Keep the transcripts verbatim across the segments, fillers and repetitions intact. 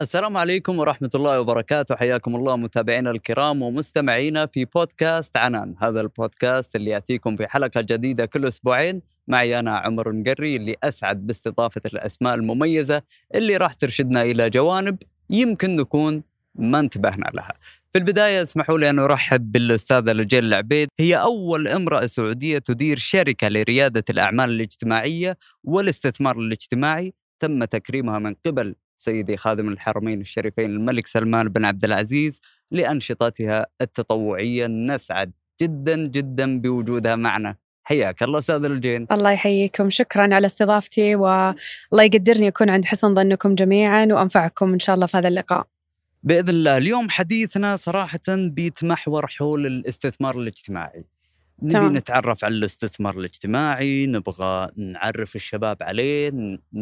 السلام عليكم ورحمة الله وبركاته. حياكم الله متابعينا الكرام ومستمعينا في بودكاست عنان. هذا البودكاست اللي يأتيكم في حلقة جديدة كل أسبوعين معي أنا عمر المقري، اللي أسعد باستضافة الأسماء المميزة اللي راح ترشدنا إلى جوانب يمكن نكون ما انتبهنا لها. في البداية اسمحوا لي أن أرحب بالأستاذة لجين العبيد. هي أول امرأة سعودية تدير شركة لريادة الأعمال الاجتماعية والاستثمار الاجتماعي، تم تكريمها من قبل سيدي خادم الحرمين الشريفين الملك سلمان بن عبد العزيز لأنشطتها التطوعية. نسعد جدا جدا بوجودها معنا. حياك الله أستاذة لجين. الله يحييكم، شكرا على استضافتي، والله يقدرني أكون عند حسن ظنكم جميعا وأنفعكم إن شاء الله في هذا اللقاء بإذن الله. اليوم حديثنا صراحة بيتمحور حول الاستثمار الاجتماعي. نبي تمام. نتعرف على الاستثمار الاجتماعي، نبغى نعرف الشباب عليه،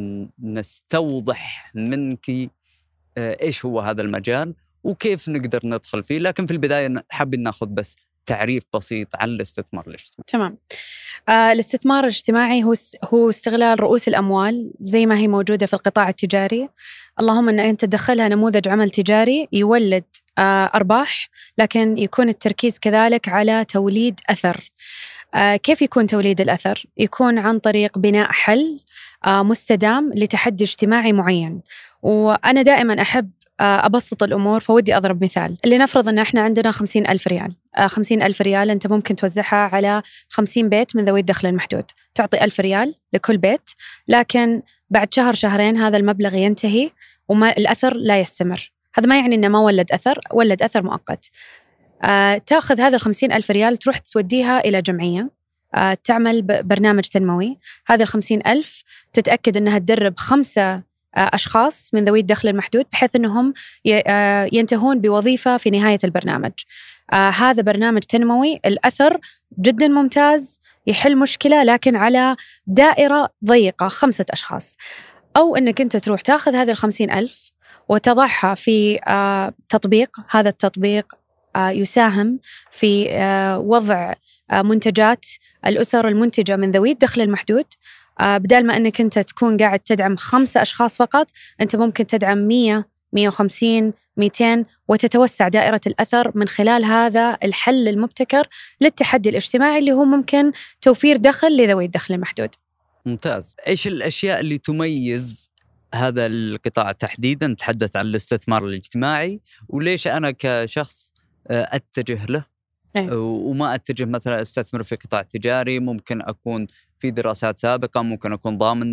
نستوضح منك إيش هو هذا المجال وكيف نقدر ندخل فيه. لكن في البداية حابين ناخذ بس تعريف بسيط عن الاستثمار الاجتماعي. تمام. آه الاستثمار الاجتماعي هو هو استغلال رؤوس الأموال زي ما هي موجودة في القطاع التجاري، اللهم أن أنت تدخلها نموذج عمل تجاري يولد آه أرباح، لكن يكون التركيز كذلك على توليد أثر. آه كيف يكون توليد الأثر؟ يكون عن طريق بناء حل آه مستدام لتحدي اجتماعي معين. وأنا دائما أحب أبسط الأمور، فودي أضرب مثال. اللي نفرض أن إحنا عندنا خمسين ألف ريال. خمسين ألف ريال أنت ممكن توزعها على خمسين بيت من ذوي الدخل المحدود، تعطي ألف ريال لكل بيت، لكن بعد شهر شهرين هذا المبلغ ينتهي وما الأثر لا يستمر. هذا ما يعني أنه ما ولد أثر، ولد أثر مؤقت. آه، تأخذ هذا الخمسين ألف ريال تروح تسوديها إلى جمعية آه، تعمل برنامج تنموي. هذا الخمسين ألف تتأكد أنها تدرب خمسة أشخاص من ذوي الدخل المحدود بحيث أنهم ينتهون بوظيفة في نهاية البرنامج. آه هذا برنامج تنموي، الأثر جدا ممتاز، يحل مشكلة لكن على دائرة ضيقة، خمسة أشخاص. أو أنك أنت تروح تأخذ هذه الخمسين ألف وتضعها في آه تطبيق. هذا التطبيق آه يساهم في آه وضع آه منتجات الأسر المنتجة من ذوي الدخل المحدود. بدال ما أنك أنت تكون قاعد تدعم خمسة أشخاص فقط، أنت ممكن تدعم مية، مية وخمسين، ميتين، وتتوسع دائرة الأثر من خلال هذا الحل المبتكر للتحدي الاجتماعي اللي هو ممكن توفير دخل لذوي الدخل المحدود. ممتاز. إيش الأشياء اللي تميز هذا القطاع تحديدا؟ نتحدث عن الاستثمار الاجتماعي وليش أنا كشخص أتجه له أيه. وما أتجه مثلا أستثمر في قطاع تجاري. ممكن أكون في دراسات سابقة، ممكن أكون ضامن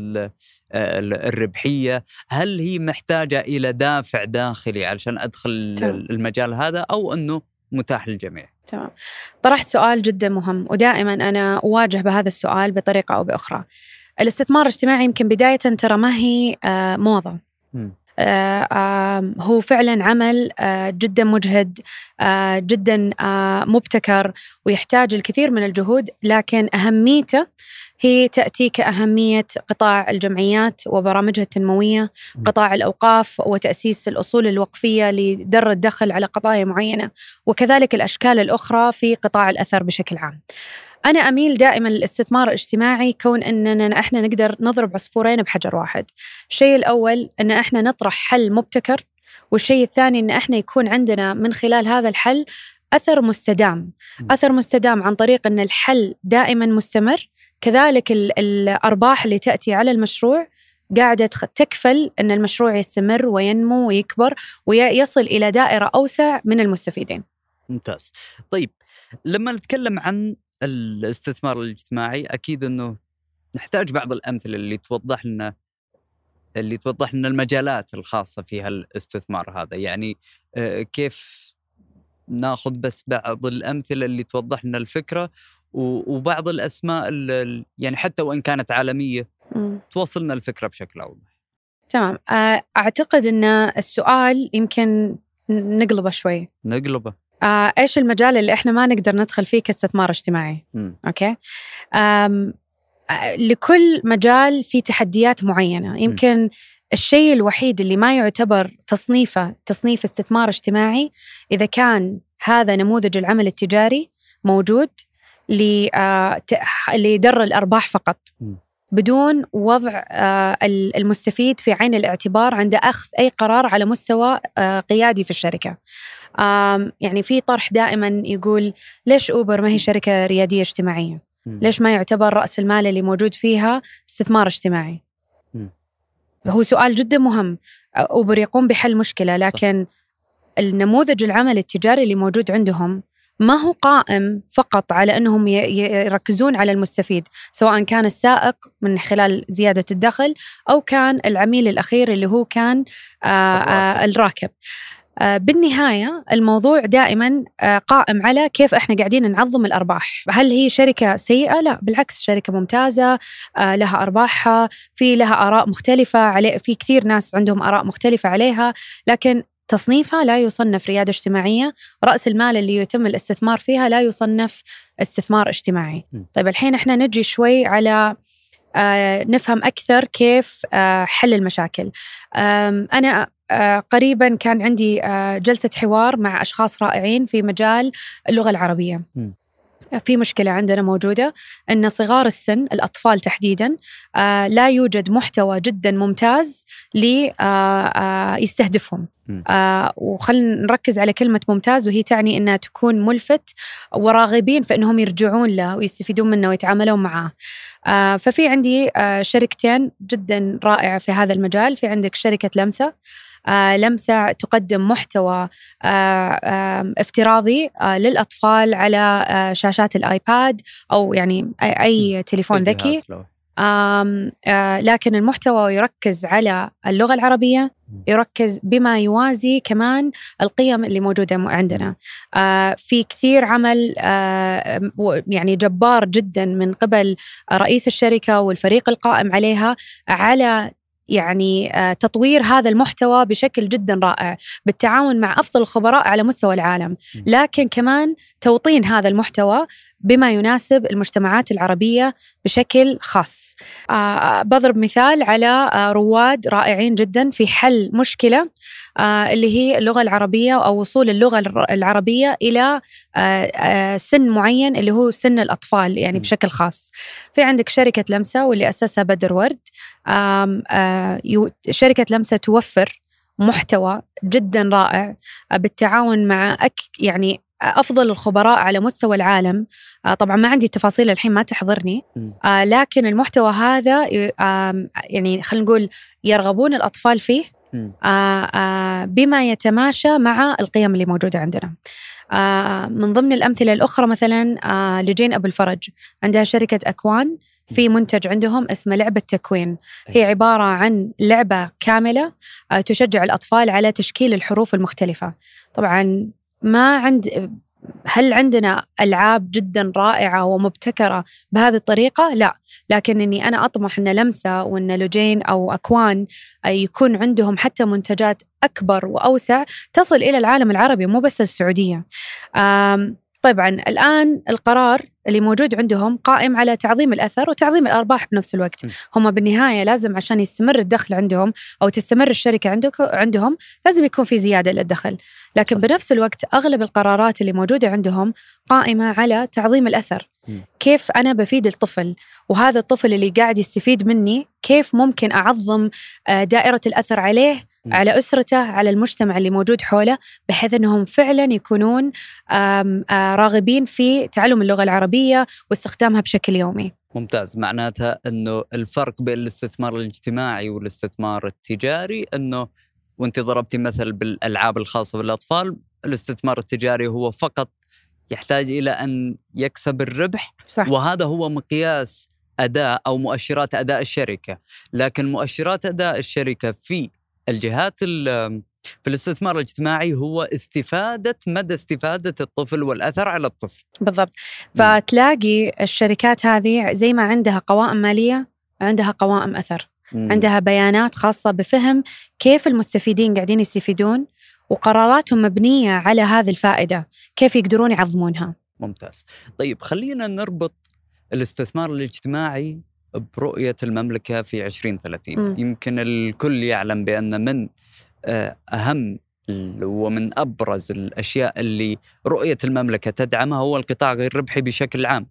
الربحية. هل هي محتاجة إلى دافع داخلي علشان أدخل تمام. المجال هذا أو أنه متاح للجميع؟ تمام. طرحت سؤال جدا مهم، ودائما أنا أواجه بهذا السؤال بطريقة أو بأخرى. الاستثمار الاجتماعي يمكن بداية ترى ما هي موضة. م. آه آه هو فعلا عمل آه جدا مجهد، آه جدا آه مبتكر، ويحتاج الكثير من الجهود، لكن أهميته هي تأتي كأهمية قطاع الجمعيات وبرامجها التنموية، قطاع الأوقاف وتأسيس الأصول الوقفية لدر الدخل على قضايا معينة، وكذلك الأشكال الأخرى في قطاع الأثر بشكل عام. أنا أميل دائما للاستثمار الاجتماعي كون أننا إحنا نقدر نضرب عصفورين بحجر واحد. الشيء الأول أن إحنا نطرح حل مبتكر، والشيء الثاني أن إحنا يكون عندنا من خلال هذا الحل أثر مستدام. أثر مستدام عن طريق أن الحل دائما مستمر، كذلك الأرباح اللي تأتي على المشروع قاعدة تكفل أن المشروع يستمر وينمو ويكبر ويصل إلى دائرة أوسع من المستفيدين. ممتاز. طيب لما نتكلم عن الاستثمار الاجتماعي أكيد أنه نحتاج بعض الأمثلة اللي توضح لنا اللي توضح لنا المجالات الخاصة فيها الاستثمار هذا. يعني كيف ناخذ بس بعض الأمثلة اللي توضح لنا الفكرة وبعض الأسماء اللي يعني حتى وإن كانت عالمية م. توصلنا الفكرة بشكل أوضح. تمام. أعتقد أن السؤال يمكن نقلبه شوي. نقلبه. آه، إيش المجال اللي إحنا ما نقدر ندخل فيه كاستثمار اجتماعي؟ م. أوكي. آم، لكل مجال في تحديات معينة. يمكن م. الشيء الوحيد اللي ما يعتبر تصنيفه تصنيف استثمار اجتماعي إذا كان هذا نموذج العمل التجاري موجود لدر الأرباح فقط. م. بدون وضع المستفيد في عين الاعتبار عند أخذ أي قرار على مستوى قيادي في الشركة. يعني في طرح دائما يقول ليش أوبر ما هي شركة ريادية اجتماعية؟ ليش ما يعتبر رأس المال اللي موجود فيها استثمار اجتماعي؟ هو سؤال جدا مهم. أوبر يقوم بحل مشكلة، لكن النموذج العمل التجاري اللي موجود عندهم ما هو قائم فقط على أنهم يركزون على المستفيد، سواء كان السائق من خلال زيادة الدخل أو كان العميل الأخير اللي هو كان آآ الراكب. بالنهاية الموضوع دائما قائم على كيف إحنا قاعدين نعظم الأرباح. هل هي شركة سيئة؟ لا، بالعكس، شركة ممتازة، لها أرباحها، في لها آراء مختلفة عليه، في كثير ناس عندهم آراء مختلفة عليها، لكن تصنيفها لا يصنف ريادة اجتماعية. رأس المال اللي يتم الاستثمار فيها لا يصنف استثمار اجتماعي. طيب الحين إحنا نجي شوي على آه نفهم أكثر كيف آه حل المشاكل. آه أنا آه قريبا كان عندي آه جلسة حوار مع أشخاص رائعين في مجال اللغة العربية. م. في مشكلة عندنا موجودة أن صغار السن، الأطفال تحديداً، آه لا يوجد محتوى جداً ممتاز ليستهدفهم. آه وخلنا نركز على كلمة ممتاز، وهي تعني أنها تكون ملفت وراغبين في أنهم يرجعون له ويستفيدون منه ويتعاملون معه. آه ففي عندي آه شركتين جداً رائعة في هذا المجال. في عندك شركة لمسة. آه لمسة تقدم محتوى آه آه افتراضي آه للأطفال على آه شاشات الآيباد أو يعني أي, أي تليفون ذكي. آه آه لكن المحتوى يركز على اللغة العربية، يركز بما يوازي كمان القيم اللي موجودة عندنا. آه في كثير عمل آه يعني جبار جدا من قبل رئيس الشركة والفريق القائم عليها على يعني تطوير هذا المحتوى بشكل جدا رائع بالتعاون مع أفضل الخبراء على مستوى العالم، لكن كمان توطين هذا المحتوى بما يناسب المجتمعات العربية بشكل خاص. آه بضرب مثال على آه رواد رائعين جدا في حل مشكلة آه اللي هي اللغة العربية أو وصول اللغة العربية إلى آه آه سن معين اللي هو سن الأطفال يعني بشكل خاص. في عندك شركة لمسة واللي أسسها بدر ورد. آه آه شركة لمسة توفر محتوى جدا رائع آه بالتعاون مع أك يعني أفضل الخبراء على مستوى العالم. آه طبعا ما عندي تفاصيل الحين ما تحضرني، آه لكن المحتوى هذا آه يعني خلينا نقول يرغبون الأطفال فيه آه آه بما يتماشى مع القيم اللي موجودة عندنا. آه من ضمن الأمثلة الأخرى مثلا آه لجين أبو الفرج عندها شركة أكوان، في منتج عندهم اسمه لعبة تكوين. هي عبارة عن لعبة كاملة آه تشجع الأطفال على تشكيل الحروف المختلفة. طبعا ما عند هل عندنا ألعاب جدا رائعة ومبتكرة بهذه الطريقة؟ لا، لكن إني أنا أطمح أن لمسة وأن لجين أو أكوان يكون عندهم حتى منتجات أكبر وأوسع تصل إلى العالم العربي مو بس السعودية. طبعا الآن القرار اللي موجود عندهم قائم على تعظيم الأثر وتعظيم الأرباح بنفس الوقت. هم بالنهاية لازم عشان يستمر الدخل عندهم أو تستمر الشركة عندك عندهم لازم يكون في زيادة للدخل، لكن بنفس الوقت أغلب القرارات اللي موجودة عندهم قائمة على تعظيم الأثر. كيف أنا بفيد الطفل، وهذا الطفل اللي قاعد يستفيد مني كيف ممكن أعظم دائرة الأثر عليه، على أسرته، على المجتمع اللي موجود حوله، بحيث أنهم فعلا يكونون آم آم راغبين في تعلم اللغة العربية واستخدامها بشكل يومي. ممتاز. معناتها أنه الفرق بين الاستثمار الاجتماعي والاستثمار التجاري أنه، وانت ضربتي مثل بالألعاب الخاصة بالأطفال، الاستثمار التجاري هو فقط يحتاج إلى أن يكسب الربح، صح. وهذا هو مقياس أداء أو مؤشرات أداء الشركة. لكن مؤشرات أداء الشركة في الجهات في الاستثمار الاجتماعي هو استفادة مدى استفادة الطفل والأثر على الطفل. بالضبط. فتلاقي الشركات هذه زي ما عندها قوائم مالية عندها قوائم أثر، مم. عندها بيانات خاصة بفهم كيف المستفيدين قاعدين يستفيدون، وقراراتهم مبنية على هذه الفائدة كيف يقدرون يعظمونها. ممتاز. طيب خلينا نربط الاستثمار الاجتماعي برؤية المملكة في عشرين ثلاثين. م. يمكن الكل يعلم بأن من أهم ومن أبرز الأشياء اللي رؤية المملكة تدعمها هو القطاع غير ربحي بشكل عام،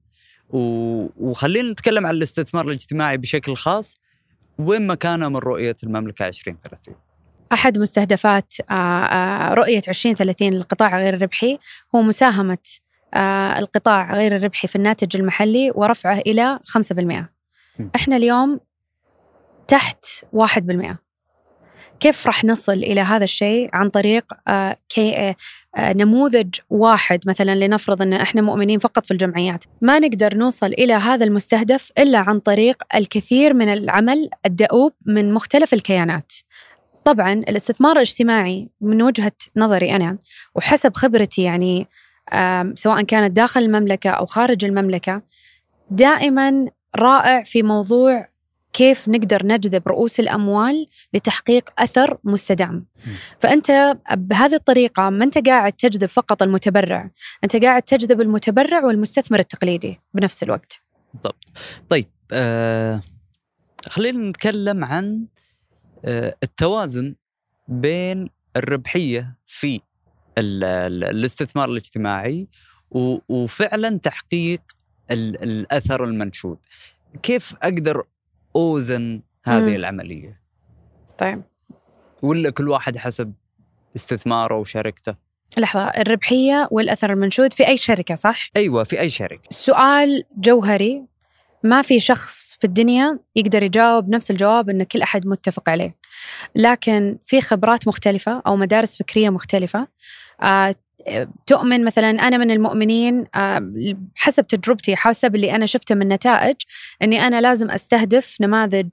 وخلينا نتكلم عن الاستثمار الاجتماعي بشكل خاص، وين مكانه من رؤية المملكة عشرين ثلاثين؟ أحد مستهدفات رؤية عشرين ثلاثين للقطاع غير الربحي هو مساهمة القطاع غير الربحي في الناتج المحلي ورفعه إلى خمسة بالمئة. إحنا اليوم تحت واحد بالمئة. كيف رح نصل إلى هذا الشيء؟ عن طريق آه كي آه نموذج واحد. مثلا لنفرض أن إحنا مؤمنين فقط في الجمعيات، ما نقدر نوصل إلى هذا المستهدف إلا عن طريق الكثير من العمل الدؤوب من مختلف الكيانات. طبعا الاستثمار الاجتماعي من وجهة نظري أنا وحسب خبرتي، يعني آه سواء كانت داخل المملكة أو خارج المملكة، دائما رائع في موضوع كيف نقدر نجذب رؤوس الأموال لتحقيق أثر مستدام. م. فأنت بهذه الطريقة ما أنت قاعد تجذب فقط المتبرع، أنت قاعد تجذب المتبرع والمستثمر التقليدي بنفس الوقت. بالضبط. طيب آه خلينا نتكلم عن آه التوازن بين الربحية في ال ال الاستثمار الاجتماعي وفعلا تحقيق ال الأثر المنشود. كيف أقدر أوزن هذه مم. العملية؟ طيب، ولا كل واحد حسب استثماره وشركته؟ لحظة، الربحية والأثر المنشود في أي شركة صح؟ أيوة، في أي شركة. سؤال جوهري، ما في شخص في الدنيا يقدر يجاوب نفس الجواب إن كل أحد متفق عليه، لكن في خبرات مختلفة أو مدارس فكرية مختلفة. آه تؤمن مثلا، أنا من المؤمنين حسب تجربتي، حسب اللي أنا شفته من نتائج، أني أنا لازم أستهدف نماذج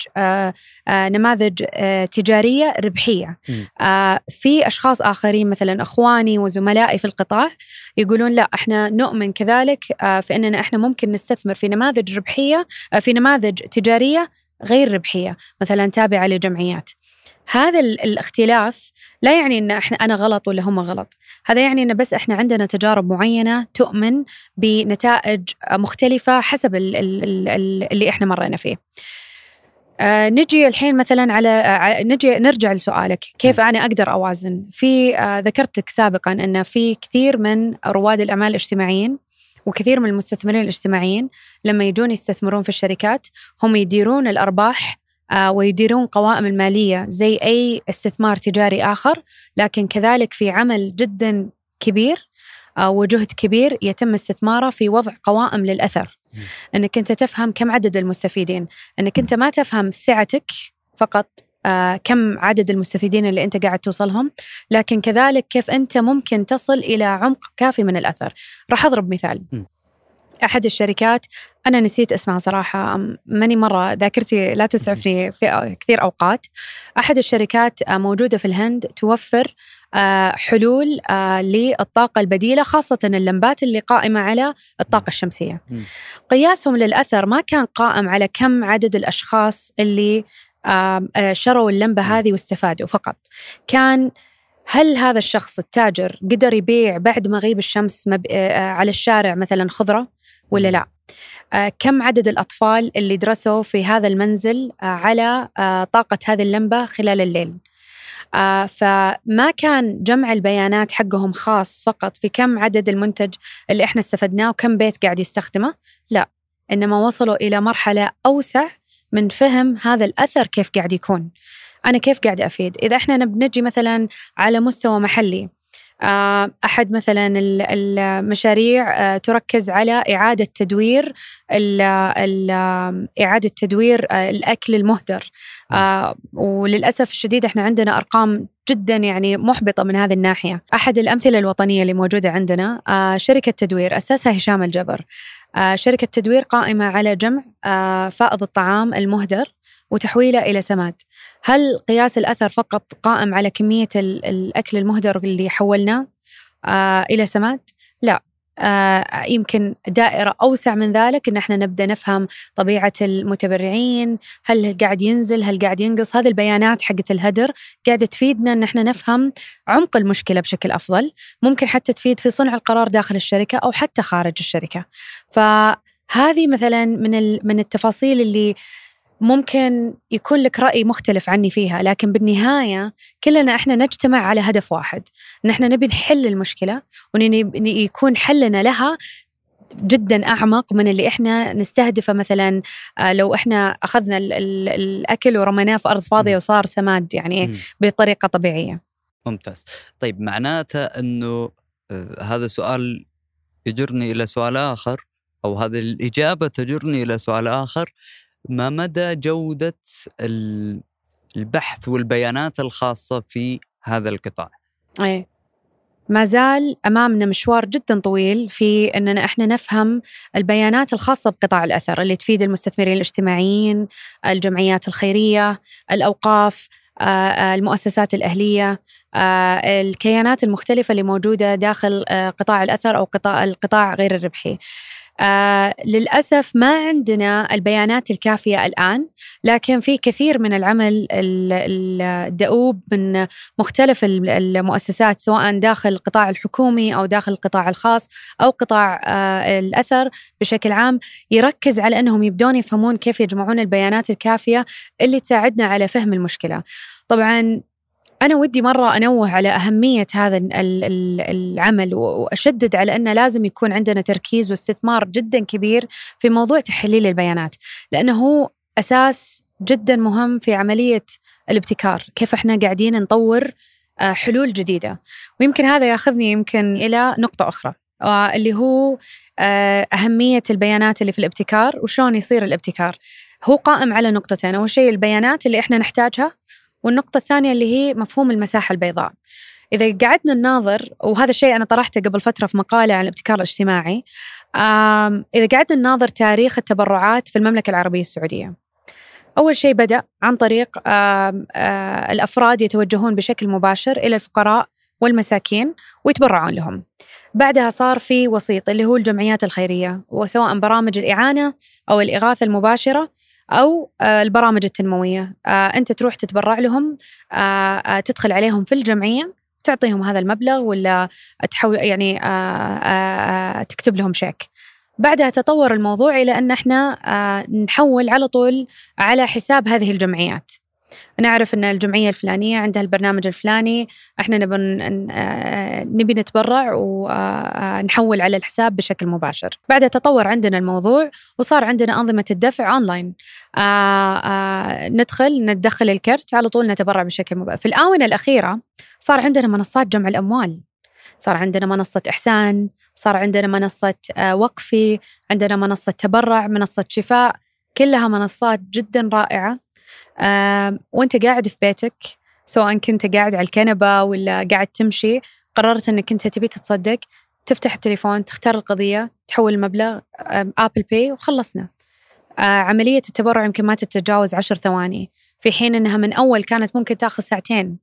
نماذج تجارية ربحية. في أشخاص آخرين مثلا أخواني وزملائي في القطاع يقولون لا، إحنا نؤمن كذلك في أننا إحنا ممكن نستثمر في نماذج ربحية، في نماذج تجارية غير ربحية مثلا تابعة لجمعيات. هذا الاختلاف لا يعني إن إحنا أنا غلط ولا هم غلط، هذا يعني إن بس إحنا عندنا تجارب معينة تؤمن بنتائج مختلفة حسب اللي إحنا مرينا فيه. آه نجي الحين مثلا على آه نجي نرجع لسؤالك، كيف أنا أقدر أوازن؟ في آه ذكرتك سابقا أن في كثير من رواد الأعمال الاجتماعيين وكثير من المستثمرين الاجتماعيين لما يجون يستثمرون في الشركات هم يديرون الأرباح ويديرون قوائم المالية زي أي استثمار تجاري آخر، لكن كذلك في عمل جدا كبير وجهد كبير يتم استثماره في وضع قوائم للأثر. أنك أنت تفهم كم عدد المستفيدين، أنك أنت ما تفهم سعتك فقط، كم عدد المستفيدين اللي أنت قاعد توصلهم، لكن كذلك كيف أنت ممكن تصل إلى عمق كافي من الأثر. راح أضرب مثال. أحد الشركات، أنا نسيت اسمها صراحة، ماني مرة ذاكرتي لا تسعفني في كثير أوقات. أحد الشركات موجودة في الهند توفر حلول للطاقة البديلة، خاصة اللمبات اللي قائمة على الطاقة الشمسية. قياسهم للأثر ما كان قائم على كم عدد الأشخاص اللي شروا اللمبة هذه واستفادوا فقط، كان هل هذا الشخص التاجر قدر يبيع بعد مغيب الشمس مب... على الشارع مثلا خضرة ولا لا؟ آه كم عدد الأطفال اللي درسوا في هذا المنزل آه على آه طاقة هذه اللمبة خلال الليل؟ آه فما كان جمع البيانات حقهم خاص فقط في كم عدد المنتج اللي احنا استفدناه وكم بيت قاعد يستخدمه، لا، إنما وصلوا إلى مرحلة أوسع من فهم هذا الأثر كيف قاعد يكون. أنا كيف قاعد أفيد؟ إذا إحنا نبنجي مثلا على مستوى محلي، أحد مثلا المشاريع تركز على إعادة تدوير ال ال إعادة تدوير الأكل المهدر، وللأسف الشديد إحنا عندنا أرقام جدا يعني محبطة من هذه الناحية. أحد الأمثلة الوطنية اللي موجودة عندنا شركة تدوير أساسها هشام الجبر. شركة تدوير قائمة على جمع فائض الطعام المهدر وتحويله إلى سماد. هل قياس الأثر فقط قائم على كمية الأكل المهدر اللي حولناه آه إلى سماد؟ لا، آه يمكن دائرة أوسع من ذلك، إن احنا نبدأ نفهم طبيعة المتبرعين، هل قاعد ينزل، هل قاعد ينقص. هذه البيانات حقت الهدر قاعدة تفيدنا إن احنا نفهم عمق المشكلة بشكل أفضل، ممكن حتى تفيد في صنع القرار داخل الشركة أو حتى خارج الشركة. فهذه مثلا من من التفاصيل اللي ممكن يكون لك رأي مختلف عني فيها، لكن بالنهاية كلنا إحنا نجتمع على هدف واحد، إن إحنا نبي نحل المشكلة وإن يكون حلنا لها جدا أعمق من اللي إحنا نستهدفه. مثلا لو إحنا أخذنا ال ال الأكل ورميناه في أرض فاضية وصار سماد يعني م. بطريقة طبيعية. ممتاز. طيب معناته أنه هذا سؤال يجرني إلى سؤال آخر، أو هذه الإجابة تجرني إلى سؤال آخر: ما مدى جودة البحث والبيانات الخاصة في هذا القطاع؟ أي ما زال أمامنا مشوار جدا طويل في أننا إحنا نفهم البيانات الخاصة بقطاع الأثر اللي تفيد المستثمرين الاجتماعيين، الجمعيات الخيرية، الأوقاف، المؤسسات الأهلية، الكيانات المختلفة اللي موجودة داخل قطاع الأثر أو قطاع القطاع غير الربحي. آه للأسف ما عندنا البيانات الكافية الآن، لكن في كثير من العمل الدؤوب من مختلف المؤسسات سواء داخل القطاع الحكومي أو داخل القطاع الخاص أو قطاع آه الأثر بشكل عام، يركز على أنهم يبدون يفهمون كيف يجمعون البيانات الكافية اللي تساعدنا على فهم المشكلة. طبعاً أنا ودي مرة أنوه على أهمية هذا العمل، وأشدد على أنه لازم يكون عندنا تركيز واستثمار جدا كبير في موضوع تحليل البيانات، لأنه هو أساس جدا مهم في عملية الابتكار، كيف إحنا قاعدين نطور حلول جديدة. ويمكن هذا يأخذني يمكن إلى نقطة أخرى اللي هو أهمية البيانات اللي في الابتكار وشون يصير الابتكار. هو قائم على نقطتين: أول شيء البيانات اللي إحنا نحتاجها، والنقطة الثانية اللي هي مفهوم المساحة البيضاء. إذا قعدنا نناظر، وهذا الشيء أنا طرحته قبل فترة في مقالة عن الابتكار الاجتماعي، إذا قعدنا نناظر تاريخ التبرعات في المملكة العربية السعودية، أول شيء بدأ عن طريق آم آم الأفراد يتوجهون بشكل مباشر إلى الفقراء والمساكين ويتبرعون لهم. بعدها صار في وسيط اللي هو الجمعيات الخيرية، وسواء برامج الإعانة أو الإغاثة المباشرة أو البرامج التنموية، أنت تروح تتبرع لهم، تدخل عليهم في الجمعية تعطيهم هذا المبلغ ولا تحول يعني تكتب لهم شيك. بعدها تطور الموضوع إلى أن احنا نحول على طول على حساب هذه الجمعيات. نعرف أن الجمعية الفلانية عندها البرنامج الفلاني، احنا نبي نبي نتبرع ونحول على الحساب بشكل مباشر. بعدها تطور عندنا الموضوع وصار عندنا أنظمة الدفع أونلاين، آآ آآ ندخل ندخل الكرت على طول نتبرع بشكل مباشر. في الآونة الأخيرة صار عندنا منصات جمع الأموال، صار عندنا منصة إحسان، صار عندنا منصة وقفي، عندنا منصة تبرع، منصة شفاء، كلها منصات جدا رائعة. أه وانت قاعد في بيتك، سواء كنت قاعد على الكنبة ولا قاعد تمشي، قررت انك انت تبي تتصدق، تفتح التليفون، تختار القضية، تحول المبلغ آبل باي وخلصنا. أه عملية التبرع يمكن ما تتجاوز عشر ثواني، في حين انها من اول كانت ممكن تاخذ ساعتين.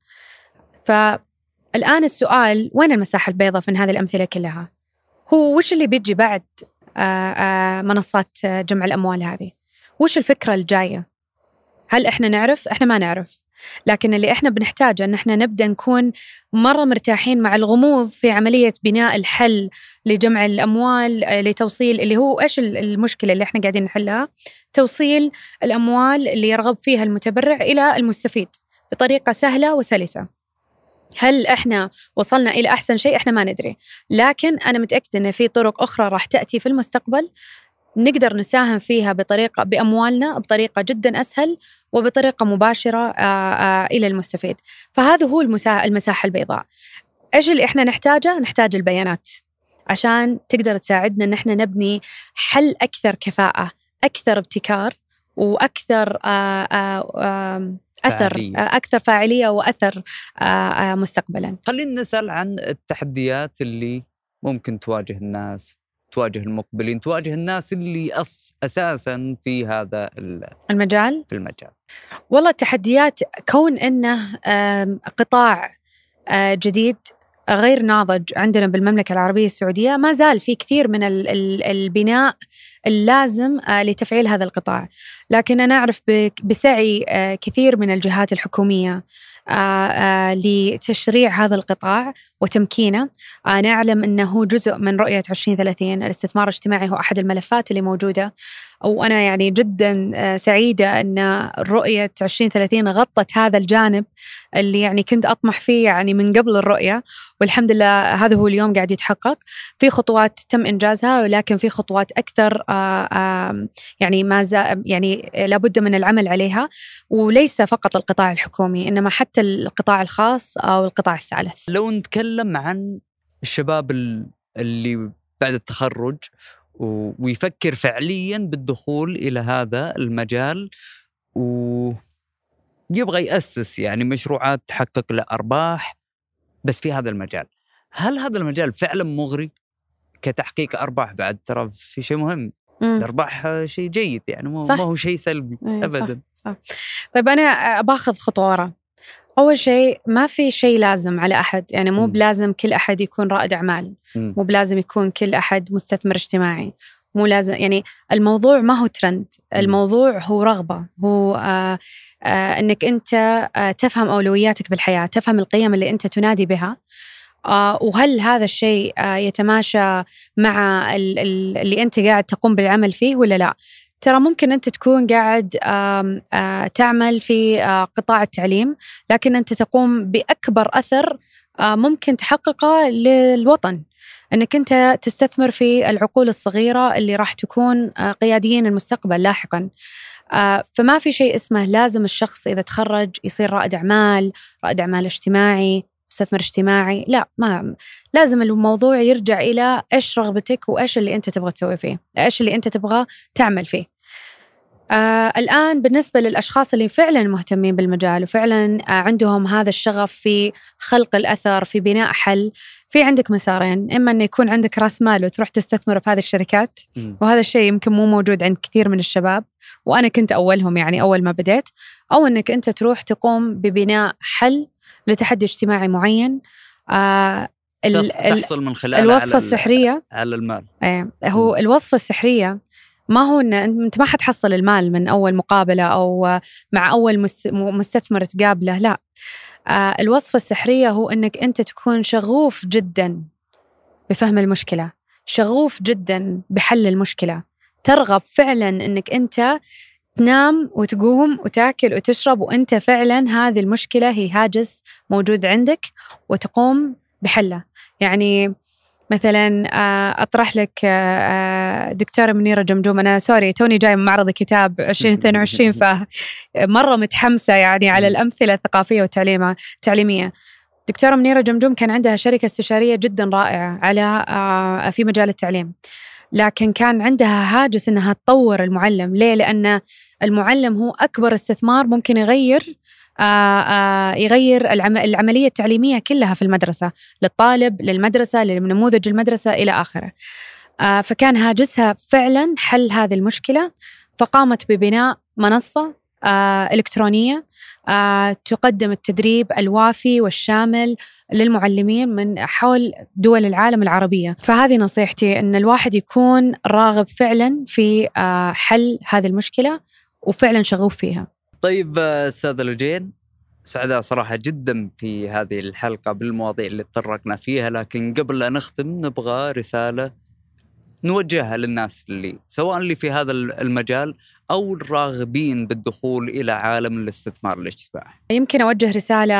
فالآن السؤال: وين المساحة البيضاء في هذه الأمثلة كلها؟ هو وش اللي بيجي بعد أه أه منصات جمع الأموال هذه؟ وش الفكرة الجاية؟ هل إحنا نعرف؟ إحنا ما نعرف، لكن اللي إحنا بنحتاجه أن إحنا نبدأ نكون مرة مرتاحين مع الغموض في عملية بناء الحل لجمع الأموال لتوصيل اللي هو إيش المشكلة اللي إحنا قاعدين نحلها، توصيل الأموال اللي يرغب فيها المتبرع إلى المستفيد بطريقة سهلة وسلسة. هل إحنا وصلنا إلى أحسن شيء؟ إحنا ما ندري، لكن أنا متأكدة أن في طرق أخرى راح تأتي في المستقبل نقدر نساهم فيها بطريقة بأموالنا بطريقة جدا أسهل وبطريقة مباشرة إلى المستفيد. فهذا هو المساحة البيضاء. إيش اللي إحنا نحتاجه؟ نحتاج البيانات عشان تقدر تساعدنا إن إحنا نبني حل أكثر كفاءة، أكثر ابتكار، وأكثر آآ آآ أثر فاعلية. أكثر فاعلية وأثر مستقبلا. خلينا نسأل عن التحديات اللي ممكن تواجه الناس، تواجه المقبلين، تواجه الناس اللي أس أساساً في هذا المجال في المجال. والله التحديات كون إنه قطاع جديد غير ناضج عندنا بالمملكة العربية السعودية، ما زال في كثير من البناء اللازم لتفعيل هذا القطاع. لكن أنا أعرف بسعي كثير من الجهات الحكومية لتشريع هذا القطاع وتمكينه. نعلم أنه جزء من رؤية عشرين ثلاثين. الاستثمار الاجتماعي هو أحد الملفات اللي موجودة. وأنا يعني جدا سعيدة أن رؤية عشرين ثلاثين غطت هذا الجانب اللي يعني كنت أطمح فيه يعني من قبل الرؤية، والحمد لله هذا هو اليوم قاعد يتحقق. في خطوات تم إنجازها، ولكن في خطوات أكثر يعني ما زال يعني لابد من العمل عليها، وليس فقط القطاع الحكومي إنما حتى القطاع الخاص أو القطاع الثالث. لو نتكلم عن الشباب اللي بعد التخرج ويفكر فعليا بالدخول إلى هذا المجال ويبغى يأسس يعني مشروعات تحقق له أرباح بس في هذا المجال، هل هذا المجال فعلا مغري كتحقيق أرباح؟ بعد ترى في شيء مهم، الأرباح شيء جيد يعني ما هو شيء سلبي أبدا. صح. صح. طيب أنا باخذ خطوة ورا. أول شيء ما في شيء لازم على أحد، يعني مو بلازم كل أحد يكون رائد أعمال، مو بلازم يكون كل أحد مستثمر اجتماعي، مو لازم يعني الموضوع ما هو ترند، الموضوع هو رغبة، هو آه آه أنك أنت آه تفهم أولوياتك بالحياة، تفهم القيم اللي أنت تنادي بها، آه وهل هذا الشيء آه يتماشى مع اللي أنت قاعد تقوم بالعمل فيه ولا لا. ترى ممكن أنت تكون قاعد آه آه تعمل في آه قطاع التعليم، لكن أنت تقوم بأكبر أثر آه ممكن تحققه للوطن، أنك أنت تستثمر في العقول الصغيرة اللي راح تكون آه قياديين المستقبل لاحقاً. آه فما في شيء اسمه لازم الشخص إذا تخرج يصير رائد أعمال، رائد أعمال اجتماعي، مستثمر اجتماعي، لا، ما لازم الموضوع يرجع إلى إيش رغبتك وإيش اللي أنت تبغى تسوي فيه، إيش اللي أنت تبغى تعمل فيه. آه الآن بالنسبة للأشخاص اللي فعلا مهتمين بالمجال وفعلا آه عندهم هذا الشغف في خلق الأثر، في بناء حل، في عندك مسارين: إما أن يكون عندك رأس مال وتروح تستثمر في هذه الشركات، وهذا الشيء يمكن مو موجود عند كثير من الشباب، وأنا كنت أولهم يعني أول ما بديت، أو أنك أنت تروح تقوم ببناء حل لتحدي اجتماعي معين. آه تحصل من خلال الوصفة السحرية على المال. ايه هو م. الوصفة السحرية ما هو أن أنت ما حتحصل المال من أول مقابلة أو مع أول مستثمر تقابله، لا. آه الوصفة السحرية هو أنك أنت تكون شغوف جدا بفهم المشكلة، شغوف جدا بحل المشكلة، ترغب فعلا أنك أنت تنام وتقوم وتاكل وتشرب وأنت فعلا هذه المشكلة هي هاجس موجود عندك وتقوم بحله. يعني مثلا أطرح لك دكتورة منيرة جمجوم، أنا سوري توني جاي من معرض كتاب عشرين اثنين وعشرين فمرة متحمسة يعني على الأمثلة الثقافية والتعليمية. دكتورة منيرة جمجوم كان عندها شركة استشارية جدا رائعة على في مجال التعليم، لكن كان عندها هاجس أنها تطور المعلم. ليه؟ لأن المعلم هو أكبر استثمار ممكن يغير آآ آآ يغير العملية التعليمية كلها في المدرسة، للطالب، للمدرسة، لنموذج المدرسة إلى آخره. فكان هاجسها فعلا حل هذه المشكلة، فقامت ببناء منصة إلكترونية تقدم التدريب الوافي والشامل للمعلمين من حول دول العالم العربية. فهذه نصيحتي، أن الواحد يكون راغب فعلا في حل هذه المشكلة وفعلا شغوف فيها. طيب أستاذ لوجين، سعداء صراحة جدا في هذه الحلقة بالمواضيع اللي تطرقنا فيها، لكن قبل لا نختم نبغى رسالة نوجهها للناس اللي سواء اللي في هذا المجال أو الراغبين بالدخول إلى عالم الاستثمار الاجتماعي. يمكن أوجه رسالة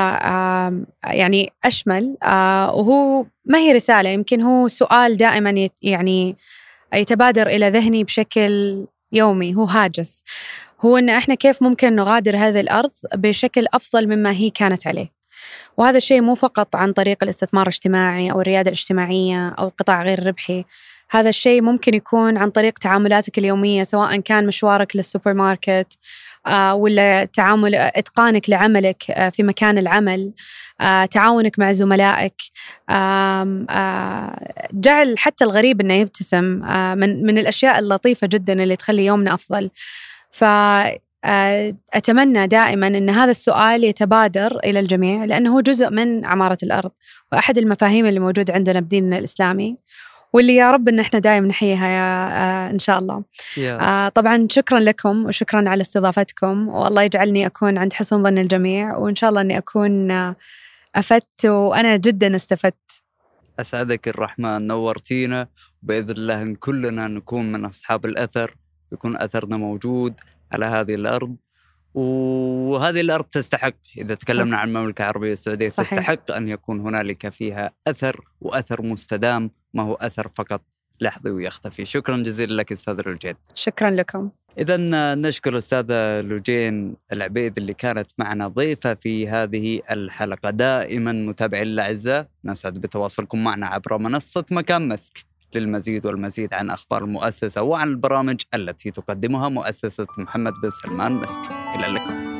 يعني أشمل، وهو ما هي رسالة، يمكن هو سؤال دائما يعني يتبادر إلى ذهني بشكل يومي، هو هاجس، هو أن إحنا كيف ممكن نغادر هذه الأرض بشكل أفضل مما هي كانت عليه. وهذا الشيء مو فقط عن طريق الاستثمار الاجتماعي أو الريادة الاجتماعية أو القطاع غير الربحي، هذا الشيء ممكن يكون عن طريق تعاملاتك اليومية، سواء كان مشوارك للسوبر ماركت آه ولا تعامل إتقانك لعملك آه في مكان العمل، آه تعاونك مع زملائك، آه آه جعل حتى الغريب إنه يبتسم، آه من من الأشياء اللطيفة جدا اللي تخلي يومنا أفضل. فأتمنى دائما أن هذا السؤال يتبادر إلى الجميع، لأنه هو جزء من عمارة الأرض وأحد المفاهيم اللي موجود عندنا بديننا الإسلامي، واللي يا رب إن إحنا دائما نحييها يا إن شاء الله. yeah. طبعا شكرا لكم وشكرا على استضافتكم، والله يجعلني أكون عند حسن ظن الجميع، وإن شاء الله أني أكون أفدت وأنا جدا استفدت. أسعدك الرحمن، نورتينا، بإذن الله إن كلنا نكون من أصحاب الأثر بيكون أثرنا موجود على هذه الأرض، وهذه الأرض تستحق، إذا تكلمنا عن المملكة العربية السعودية، صحيح. تستحق أن يكون هنالك فيها أثر، وأثر مستدام، ما هو أثر فقط لحظي ويختفي. شكرا جزيلا لك أستاذ لوجين. شكرا لكم. إذا نشكر الأستاذة لوجين العبيد اللي كانت معنا ضيفة في هذه الحلقة. دائما متابعين الأعزاء، نسعد بتواصلكم معنا عبر منصة مكان مسك للمزيد والمزيد عن أخبار المؤسسة وعن البرامج التي تقدمها مؤسسة محمد بن سلمان مسك. إلى اللقاء.